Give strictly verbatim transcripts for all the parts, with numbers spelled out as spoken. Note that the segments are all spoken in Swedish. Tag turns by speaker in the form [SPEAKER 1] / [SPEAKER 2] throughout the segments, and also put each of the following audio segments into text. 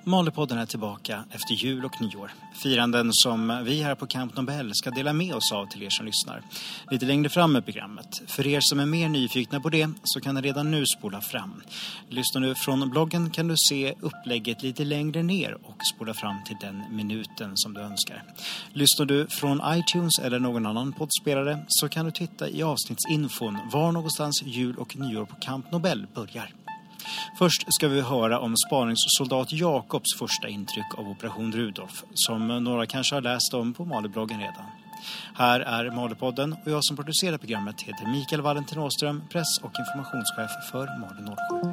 [SPEAKER 1] Malepodden är tillbaka efter jul och nyår. Firanden som vi här på Camp Nobel ska dela med oss av till er som lyssnar. Lite längre fram i programmet. För er som är mer nyfikna på det så kan ni redan nu spola fram. Lyssnar du från bloggen kan du se upplägget lite längre ner och spola fram till den minuten som du önskar. Lyssnar du från iTunes eller någon annan poddspelare så kan du titta i avsnittsinfon var någonstans jul och nyår på Camp Nobel börjar. Först ska vi höra om spaningssoldat Jakobs första intryck av Operation Rudolf, som några kanske har läst om på Malebloggen redan. Här är Malepodden och jag som producerar programmet heter Mikael Valentin Åström, press- och informationschef för Male noll sju.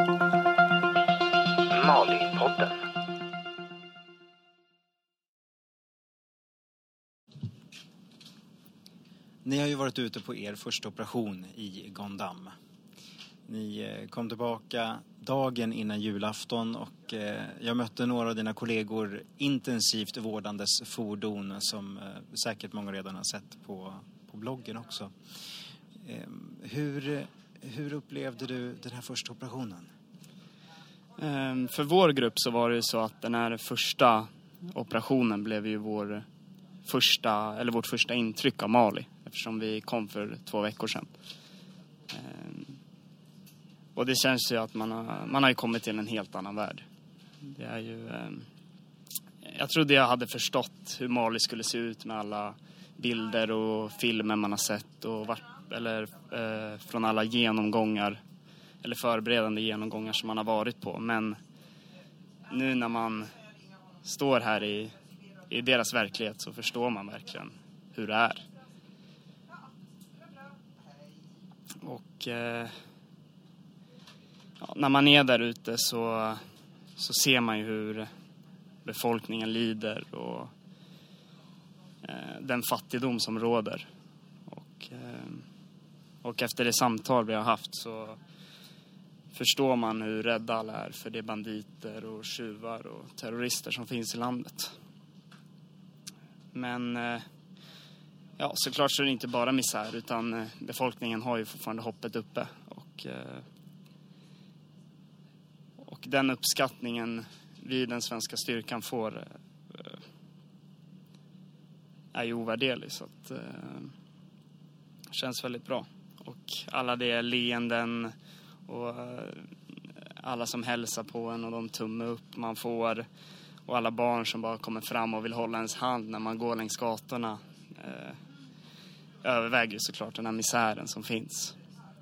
[SPEAKER 2] Malepodden.
[SPEAKER 1] Ni har ju varit ute på er första operation i Gondam. Ni kom tillbaka dagen innan julafton och jag mötte några av dina kollegor intensivt vårdandes fordon som säkert många redan har sett på, på bloggen också. Hur, hur upplevde du den här första operationen?
[SPEAKER 3] För vår grupp så var det så att den här första operationen blev ju vår första, eller vårt första intryck av Mali, eftersom vi kom för två veckor sedan. Och det känns ju att man har, man har ju kommit till en helt annan värld. Det är ju, eh, jag trodde jag hade förstått hur Mali skulle se ut med alla bilder och filmer man har sett. Och vart, eller eh, från alla genomgångar, eller förberedande genomgångar som man har varit på. Men nu när man står här i, i deras verklighet så förstår man verkligen hur det är. Och... Eh, Ja, när man är där ute så, så ser man ju hur befolkningen lider och eh, den fattigdom som råder. Och, eh, och efter det samtal vi har haft så förstår man hur rädda alla är för de banditer och tjuvar och terrorister som finns i landet. Men eh, ja, såklart så är det inte bara misär utan eh, befolkningen har ju fortfarande hoppet uppe och eh, Och den uppskattningen vi den svenska styrkan får eh, är ju ovärderlig. Så att, eh, känns väldigt bra. Och alla de leenden och eh, alla som hälsar på en och de tumme upp man får. Och alla barn som bara kommer fram och vill hålla ens hand när man går längs gatorna. Eh, överväger såklart den här misären som finns.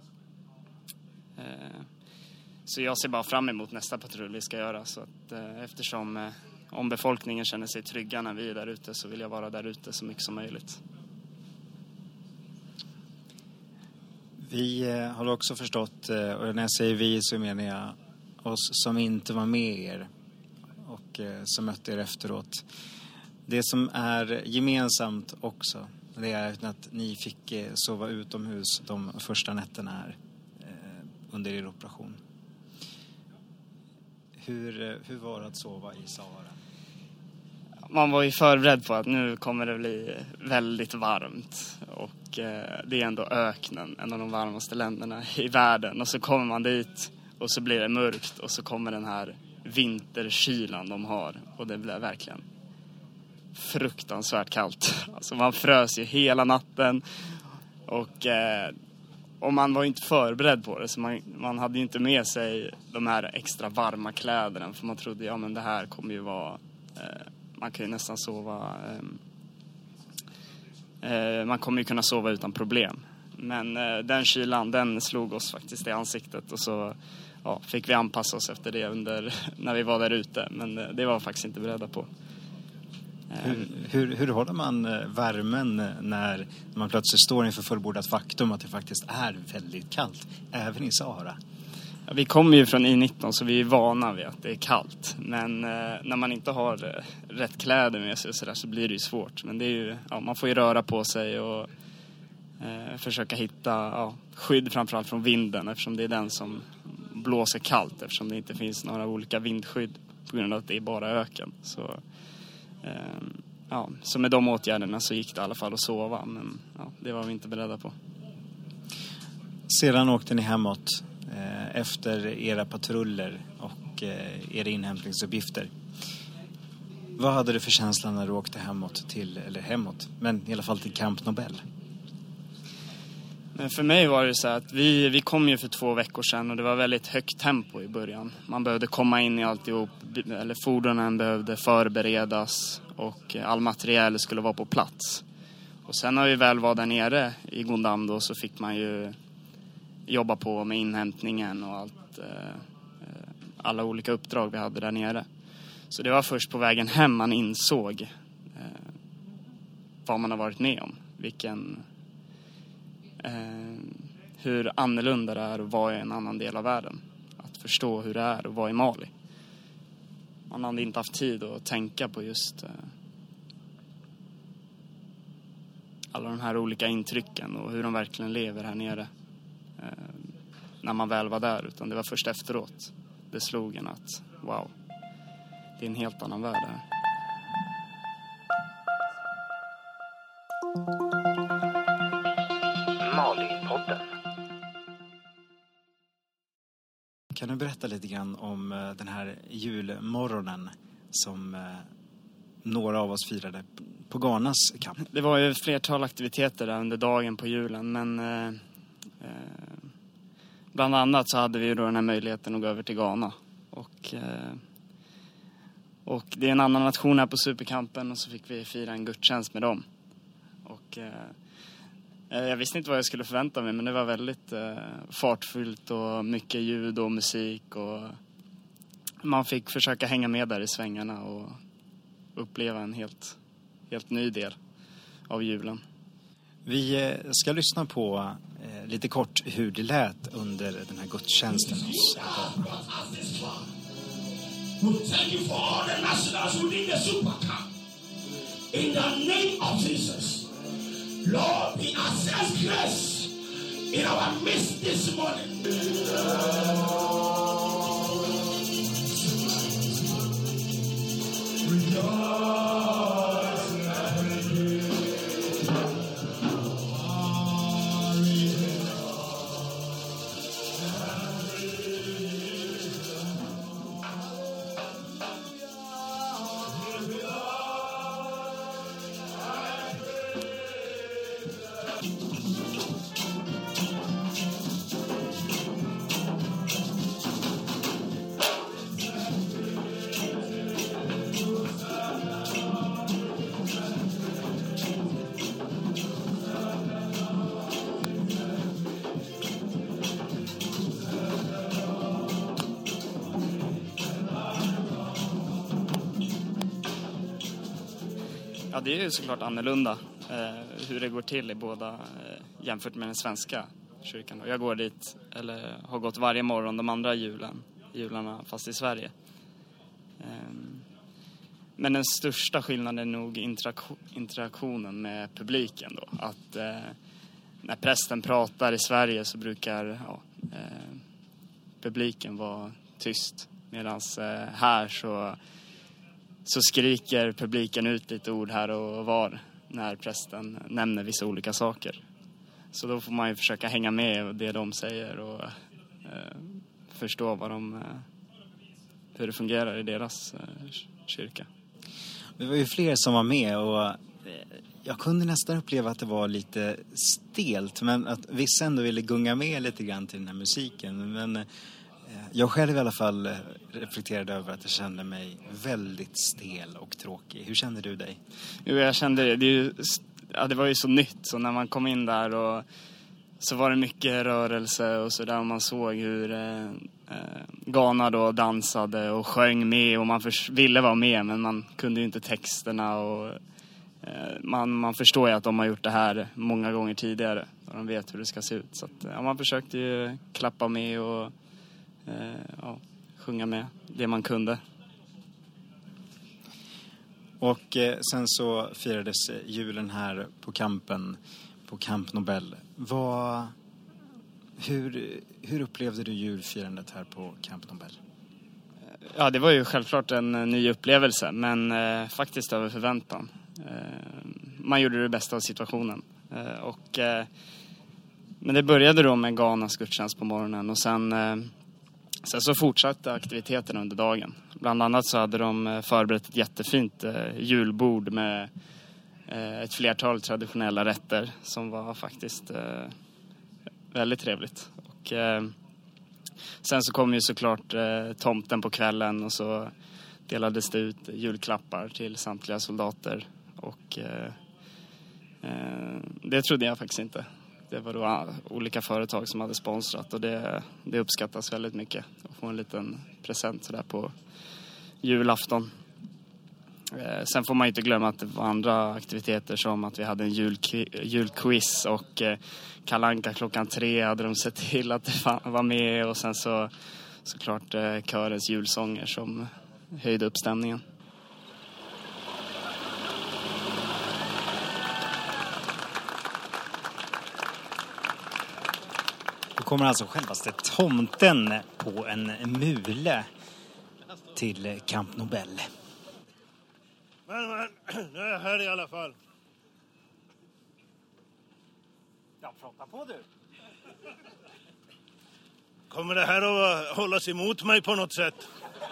[SPEAKER 3] Eh, Så jag ser bara fram emot nästa patrull vi ska göra. Så att, eh, eftersom eh, om befolkningen känner sig trygga när vi är där ute så vill jag vara där ute så mycket som möjligt.
[SPEAKER 1] Vi eh, har också förstått, eh, och när jag säger vi så menar jag oss som inte var med er och eh, som mötte er efteråt. Det som är gemensamt också, det är att ni fick eh, sova utomhus de första nätterna här eh, under er operation. Hur, hur var det att sova i Sahara?
[SPEAKER 3] Man var ju förberedd på att nu kommer det bli väldigt varmt. Och eh, det är ändå öknen, en av de varmaste länderna i världen. Och så kommer man dit och så blir det mörkt. Och så kommer den här vinterkylan de har. Och det blir verkligen fruktansvärt kallt. Alltså man frös ju hela natten. Och... Eh, Och man var inte förberedd på det så man, man hade ju inte med sig de här extra varma kläderna för man trodde ja men det här kommer ju vara eh, man kan ju nästan sova eh, eh, man kommer ju kunna sova utan problem. Men eh, den kylan den slog oss faktiskt i ansiktet och så ja, fick vi anpassa oss efter det under när vi var där ute men eh, det var faktiskt inte beredda på.
[SPEAKER 1] Hur, hur, hur håller man värmen när man plötsligt står inför fullbordat faktum att det faktiskt är väldigt kallt, även i Sahara?
[SPEAKER 3] Ja, vi kommer ju från I nitton så vi är vana vid att det är kallt. Men eh, när man inte har eh, rätt kläder med sig och så, där, så blir det ju svårt. Men det är ju, ja, man får ju röra på sig och eh, försöka hitta ja, skydd framförallt från vinden eftersom det är den som blåser kallt eftersom det inte finns några olika vindskydd på grund av att det är bara öken. Så... Ja, så med de åtgärderna så gick det i alla fall att sova. Men ja, det var vi inte beredda på.
[SPEAKER 1] Sedan åkte ni hemåt eh, efter era patruller och eh, era inhämtningsuppgifter. Vad hade du för känsla när du åkte hemåt till, eller hemåt, men i alla fall till Camp Nobel?
[SPEAKER 3] För mig var det så att vi, vi kom ju för två veckor sedan och det var väldigt högt tempo i början. Man behövde komma in i alltihop, eller fordonen behövde förberedas och all material skulle vara på plats. Och sen när vi väl var där nere i Gondam då, så fick man ju jobba på med inhämtningen och allt, alla olika uppdrag vi hade där nere. Så det var först på vägen hem man insåg eh, vad man har varit med om. Vilken, eh, hur annorlunda det är att vara i en annan del av världen. Att förstå hur det är att vara i Mali. Man hade inte haft tid att tänka på just eh, alla de här olika intrycken och hur de verkligen lever här nere. Eh, när man väl var där, utan det var först efteråt det slog en att wow. Det är en helt annan värld här.
[SPEAKER 1] Mali-podden. Kan du berätta lite grann om den här julmorgonen som några av oss firade på Ghanas camp?
[SPEAKER 3] Det var ju flertal aktiviteter där under dagen på julen, men eh, bland annat så hade vi ju då den här möjligheten att gå över till Ghana. Och... Eh, Och det är en annan nation här på Superkampen och så fick vi fira en gudstjänst med dem. Och eh, jag visste inte vad jag skulle förvänta mig, men det var väldigt eh, fartfyllt och mycket ljud och musik. Och man fick försöka hänga med där i svängarna och uppleva en helt, helt ny del av julen.
[SPEAKER 1] Vi ska lyssna på eh, lite kort hur det lät under den här gudstjänsten hos Ghana.
[SPEAKER 2] We thank you for all the nationals within the super camp. In the name of Jesus, Lord, we access grace in our midst this morning.
[SPEAKER 3] Ja, det är ju såklart annorlunda eh, hur det går till i båda eh, jämfört med den svenska kyrkan. Jag går dit, eller har gått varje morgon de andra julen, jularna fast i Sverige. Eh, men den största skillnaden är nog interak- interaktionen med publiken då. Att eh, när prästen pratar i Sverige så brukar ja, eh, publiken vara tyst. Medan eh, här så... Så skriker publiken ut lite ord här och var när prästen nämner vissa olika saker. Så då får man ju försöka hänga med det de säger och eh, förstå vad de, eh, hur det fungerar i deras eh, kyrka.
[SPEAKER 1] Det var ju fler som var med och jag kunde nästan uppleva att det var lite stelt. Men att vissa ändå ville gunga med lite grann till den här musiken. Men jag själv i alla fall reflekterade över att jag kände mig väldigt stel och tråkig. Hur kände du dig?
[SPEAKER 3] Jo, jag kände det. Det, är ju, ja, det var ju så nytt. Så när man kom in där och så var det mycket rörelse och så där. Man såg hur eh, Ghana då dansade och sjöng med. Och man för, ville vara med, men man kunde ju inte texterna. Och, eh, man, man förstår ju att de har gjort det här många gånger tidigare. Och de vet hur det ska se ut. Så att, ja, man försökte ju klappa med och ja, sjunga med det man kunde.
[SPEAKER 1] Och eh, sen så firades julen här på campen, på Camp Nobel. Vad, hur, hur upplevde du julfirandet här på Camp Nobel?
[SPEAKER 3] Ja, det var ju självklart en ny upplevelse, men eh, faktiskt över förväntan. Eh, man gjorde det bästa av situationen. Eh, och, eh, men det började då med Ghanas gudstjänst på morgonen och sen eh, Sen så fortsatte aktiviteterna under dagen. Bland annat så hade de förberett ett jättefint eh, julbord med eh, ett flertal traditionella rätter som var faktiskt eh, väldigt trevligt. Och eh, sen så kom ju såklart eh, tomten på kvällen och så delades det ut julklappar till samtliga soldater. Och eh, eh, det trodde jag faktiskt inte. Det var då olika företag som hade sponsrat och det, det uppskattas väldigt mycket. Att få en liten present sådär på julafton. Eh, sen får man inte glömma att det var andra aktiviteter som att vi hade en jul, julquiz och eh, Kalle Anka klockan tre hade de sett till att det var med och sen så såklart eh, körens julsånger som höjde upp stämningen.
[SPEAKER 1] Då kommer alltså självaste tomten på en mule till Camp Nobel.
[SPEAKER 4] Men, men, nu är jag här i alla fall.
[SPEAKER 1] Ja, prata på du.
[SPEAKER 4] Kommer det här att hållas emot mig på något sätt?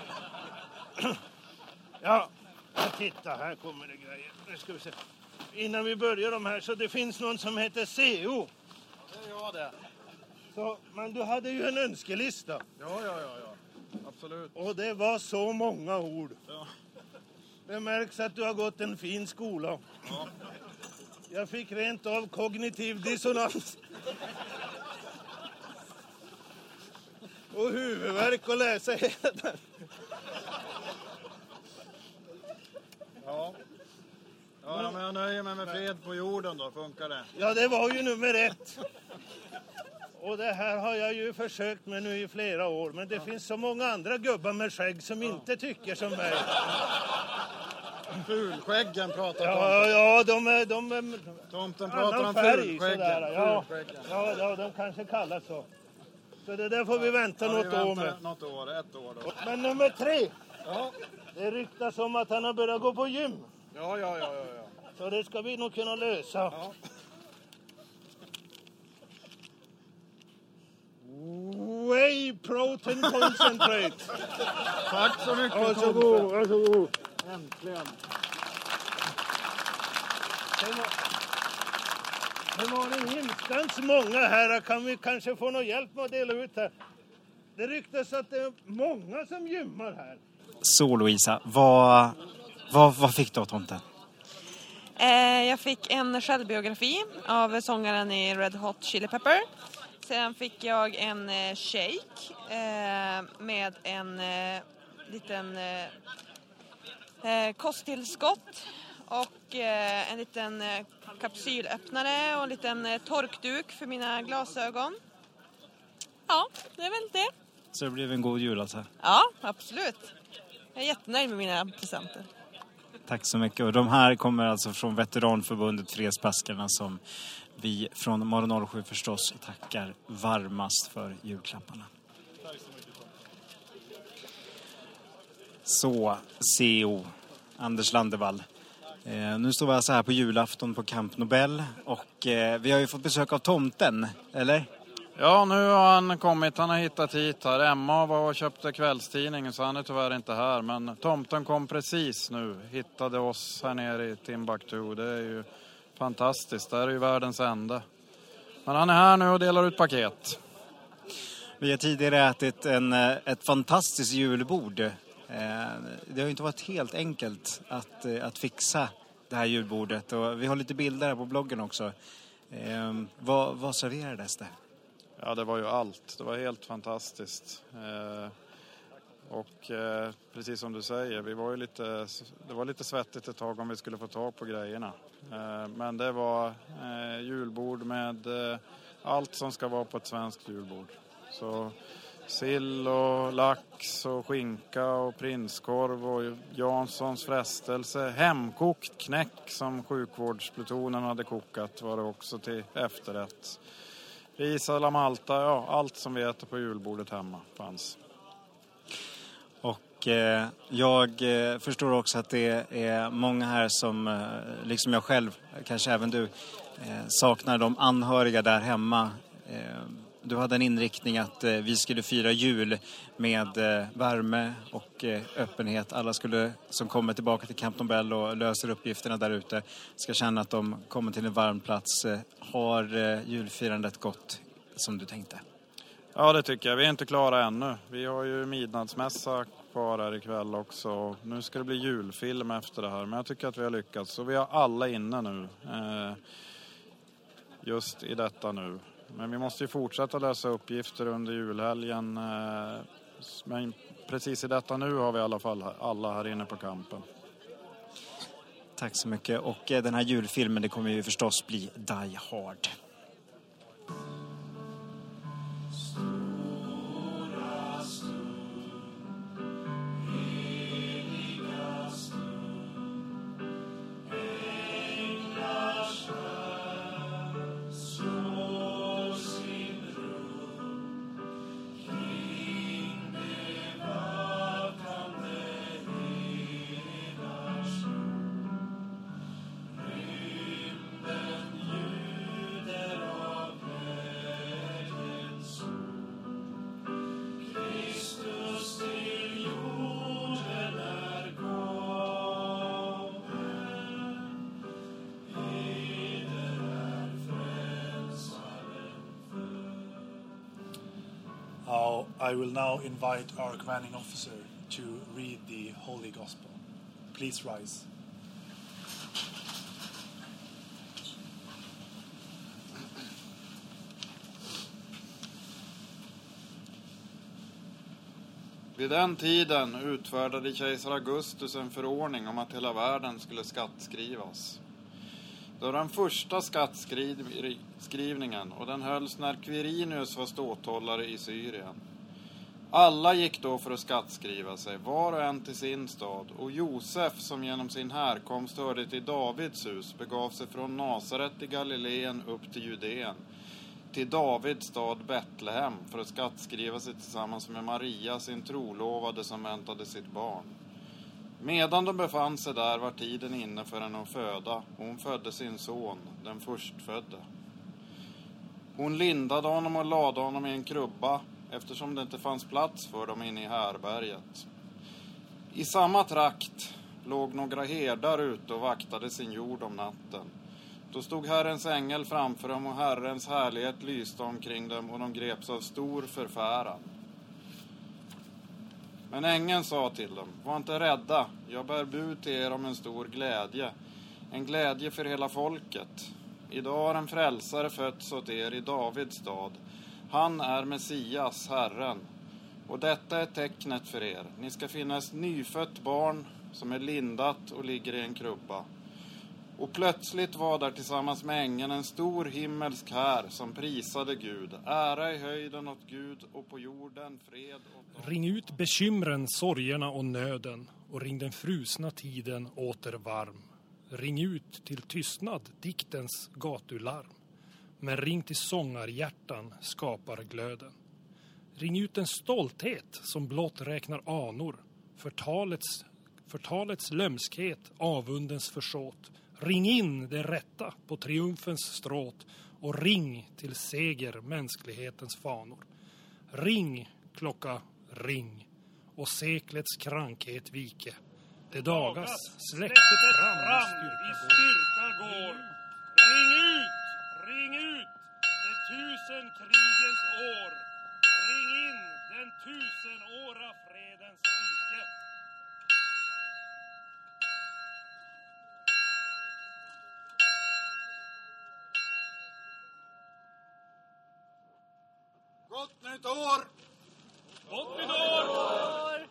[SPEAKER 4] Ja, titta, här kommer det grejer. Nu ska vi se. Innan vi börjar de här så det finns någon som heter C O.
[SPEAKER 5] Det är jag det.
[SPEAKER 4] Så, men du hade ju en önskelista.
[SPEAKER 5] Ja, ja, ja, ja. Absolut.
[SPEAKER 4] Och det var så många ord.
[SPEAKER 5] Ja.
[SPEAKER 4] Det märks att du har gått en fin skola.
[SPEAKER 5] Ja.
[SPEAKER 4] Jag fick rent av kognitiv dissonans. Och huvudvärk att läsa hela den.
[SPEAKER 5] Ja. Ja, men jag nöjer mig med fred på jorden då. Funkar det?
[SPEAKER 4] Ja, det var ju nummer ett. Och det här har jag ju försökt med nu i flera år. Men det ja. finns så många andra gubbar med skägg som ja. inte tycker som mig.
[SPEAKER 5] Fulskäggen pratar
[SPEAKER 4] ja,
[SPEAKER 5] tomten.
[SPEAKER 4] Ja, de är... De är
[SPEAKER 5] tomten pratar om
[SPEAKER 4] färg,
[SPEAKER 5] fulskäggen.
[SPEAKER 4] Ja, ja, ja, de kanske kallas så. Så det där får vi vänta ja, något vi år med.
[SPEAKER 5] Något år, ett år då.
[SPEAKER 4] Men nummer tre.
[SPEAKER 5] Ja.
[SPEAKER 4] Det ryktas om att han har börjat gå på gym.
[SPEAKER 5] Ja, ja, ja, ja. ja.
[SPEAKER 4] Så det ska vi nog kunna lösa.
[SPEAKER 5] Ja.
[SPEAKER 4] Whey protein concentrate.
[SPEAKER 5] Tack så mycket.
[SPEAKER 4] Varsågod, varsågod.
[SPEAKER 5] Äntligen.
[SPEAKER 4] Det var en himskans många här. Kan vi kanske få någon hjälp med att dela ut här? Det ryktas att det är många som gymmar här.
[SPEAKER 1] Så Louisa, vad, vad, vad fick du av tomten?
[SPEAKER 6] Eh, jag fick en självbiografi av sångaren i Red Hot Chili Pepper. Sen fick jag en eh, shake eh, med en eh, liten eh, kosttillskott och eh, en liten eh, kapsylöppnare och en liten eh, torkduk för mina glasögon. Ja, det är väl det.
[SPEAKER 1] Så det blev en god jul alltså?
[SPEAKER 6] Ja, absolut. Jag är jättenöjd med mina presenter.
[SPEAKER 1] Tack så mycket. Och de här kommer alltså från Veteranförbundet Fredspaskarna som vi från Morgon noll sju förstås tackar varmast för julklapparna. Så, C O, Anders Landevall. Eh, nu står vi alltså här på julafton på Camp Nobel och eh, vi har ju fått besök av tomten, eller?
[SPEAKER 5] Ja, nu har han kommit, han har hittat hit här. Emma var och köpte kvällstidningen så han är tyvärr inte här. Men tomten kom precis nu, hittade oss här nere i Timbuktu. Det är ju fantastiskt, det är ju världens ände. Men han är här nu och delar ut paket.
[SPEAKER 1] Vi har tidigare ätit en, ett fantastiskt julbord. Det har ju inte varit helt enkelt att, att fixa det här julbordet. Och vi har lite bilder här på bloggen också. Vad, vad serverades det?
[SPEAKER 5] Ja, det var ju allt. Det var helt fantastiskt. Eh, och eh, precis som du säger, vi var ju lite, det var lite svettigt ett tag om vi skulle få tag på grejerna. Eh, men det var eh, julbord med eh, allt som ska vara på ett svenskt julbord. Så sill och lax och skinka och prinskorv och Janssons frestelse. Hemkokt knäck som sjukvårdsplutonen hade kokat var det också till efterrätt. Ris alla Malta, ja, allt som vi äter på julbordet hemma fanns.
[SPEAKER 1] Och eh, jag eh, förstår också att det är många här som, eh, liksom jag själv, kanske även du, eh, saknar de anhöriga där hemma. Eh, du hade en inriktning att eh, vi skulle fira jul med eh, värme och eh, öppenhet. Alla skulle, som kommer tillbaka till Camp Nobel och löser uppgifterna där ute, ska känna att de kommer till en varm plats. Eh, har eh, julfirandet gått som du tänkte?
[SPEAKER 5] Ja, det tycker jag. Vi är inte klara ännu. Vi har ju midnattsmässa kvar här ikväll också. Nu ska det bli julfilm efter det här. Men jag tycker att vi har lyckats. Så vi har alla inne nu. Eh, just i detta nu. Men vi måste ju fortsätta lösa uppgifter under julhelgen. Eh, men precis i detta nu har vi i alla fall alla här inne på kampen.
[SPEAKER 1] Tack så mycket. Och eh, den här julfilmen, det kommer ju förstås bli Die Hard.
[SPEAKER 7] I will now invite our commanding officer to read the Holy Gospel. Please rise.
[SPEAKER 5] Vid den tiden utfärdade kejsar Augustus en förordning om att hela världen skulle skattskrivas. Det var den första skattskrivningen och den hölls när Quirinius var ståthållare i Syrien. Alla gick då för att skattskriva sig, var och en till sin stad, och Josef, som genom sin härkomst hörde till Davids hus, begav sig från Nasaret i Galileen upp till Judeen, till Davids stad Betlehem, för att skattskriva sig tillsammans med Maria, sin trolovade, som väntade sitt barn. Medan de befann sig där var tiden inne för henne att föda, och hon födde sin son, den förstfödde. Hon lindade honom och lade honom i en krubba, eftersom det inte fanns plats för dem inne i härberget. I samma trakt låg några herdar ute och vaktade sin jord om natten. Då stod Herrens ängel framför dem och Herrens härlighet lyste omkring dem och de greps av stor förfäran. Men ängeln sa till dem, var inte rädda, jag bär bud till er om en stor glädje, en glädje för hela folket. Idag har en frälsare fötts åt er i Davids stad. Han är Messias, Herren. Och detta är tecknet för er. Ni ska finna ett nyfött barn som är lindat och ligger i en krubba. Och plötsligt var där tillsammans med ängeln en stor himmelsk här som prisade Gud. Ära i höjden åt Gud och på jorden fred åt...
[SPEAKER 8] Ring ut bekymren, sorgerna och nöden och ring den frusna tiden åter varm. Ring ut till tystnad diktens gatularm. Men ring till sångarhjärtan skapar glöden. Ring ut en stolthet som blott räknar anor. Förtalets, förtalets lömskhet, avundens försåt. Ring in det rätta på triumfens stråt och ring till seger mänsklighetens fanor. Ring, klocka, ring och seklets krankhet vike. Det dagas släktet fram i styrka går.
[SPEAKER 4] Ring ut, ring ut, det tusen krigens år. Ring in den tusenåra fredens rike.
[SPEAKER 5] Gott nytt år!
[SPEAKER 4] Gott nytt år!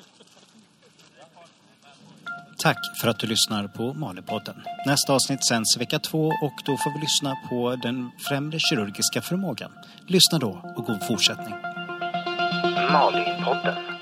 [SPEAKER 1] Tack för att du lyssnar på Malipodden. Nästa avsnitt sänds vecka två och då får vi lyssna på den främre kirurgiska förmågan. Lyssna då och god fortsättning.
[SPEAKER 9] Malipodden.